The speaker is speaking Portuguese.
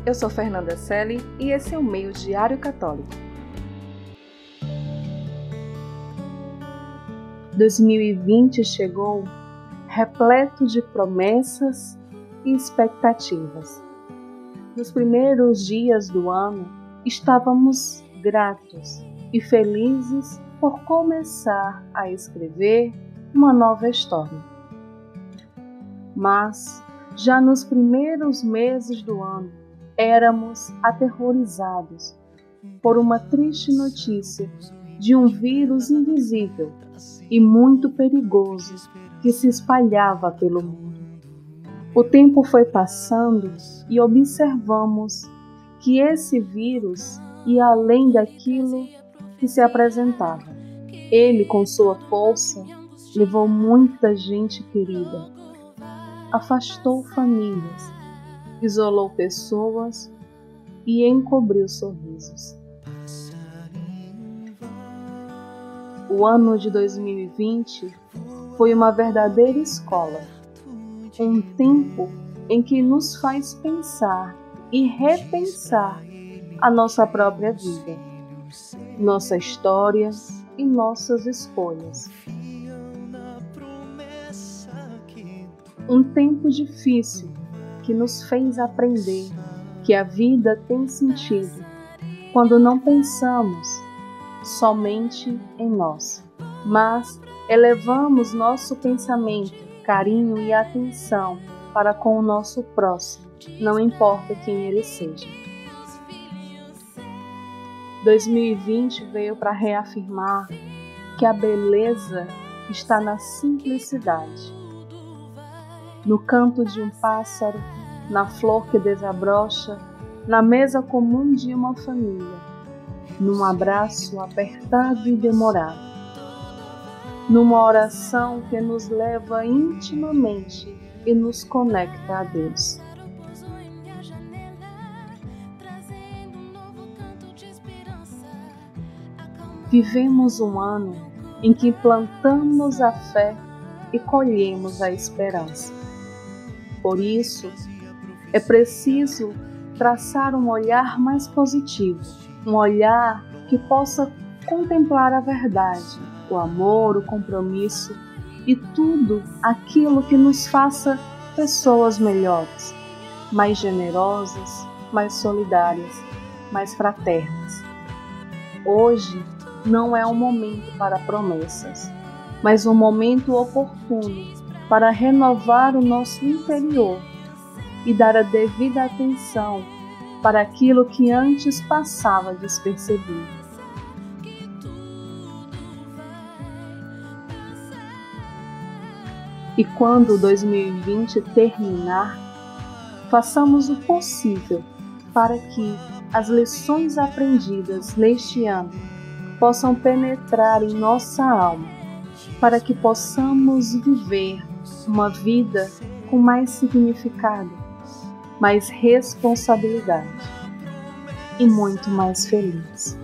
Eu sou Fernanda Selle e esse é o Meio Diário Católico. 2020 chegou repleto de promessas e expectativas. Nos primeiros dias do ano, estávamos gratos e felizes por começar a escrever uma nova história. Mas, já nos primeiros meses do ano, éramos aterrorizados por uma triste notícia de um vírus invisível e muito perigoso que se espalhava pelo mundo. O tempo foi passando e observamos que esse vírus ia além daquilo que se apresentava. Ele, com sua força, levou muita gente querida, afastou famílias, isolou pessoas e encobriu sorrisos. O ano de 2020 foi uma verdadeira escola, um tempo em que nos faz pensar e repensar a nossa própria vida, nossa história e nossas escolhas. Um tempo difícil que nos fez aprender que a vida tem sentido quando não pensamos somente em nós, mas elevamos nosso pensamento, carinho e atenção para com o nosso próximo, não importa quem ele seja. 2020 veio para reafirmar que a beleza está na simplicidade, no canto de um pássaro, na flor que desabrocha, na mesa comum de uma família, num abraço apertado e demorado, numa oração que nos leva intimamente e nos conecta a Deus. Vivemos um ano em que plantamos a fé e colhemos a esperança. Por isso, é preciso traçar um olhar mais positivo, um olhar que possa contemplar a verdade, o amor, o compromisso e tudo aquilo que nos faça pessoas melhores, mais generosas, mais solidárias, mais fraternas. Hoje não é um momento para promessas, mas um momento oportuno para renovar o nosso interior e dar a devida atenção para aquilo que antes passava despercebido. E quando 2020 terminar, façamos o possível para que as lições aprendidas neste ano possam penetrar em nossa alma, para que possamos viver uma vida com mais significado, mais responsabilidade e muito mais feliz.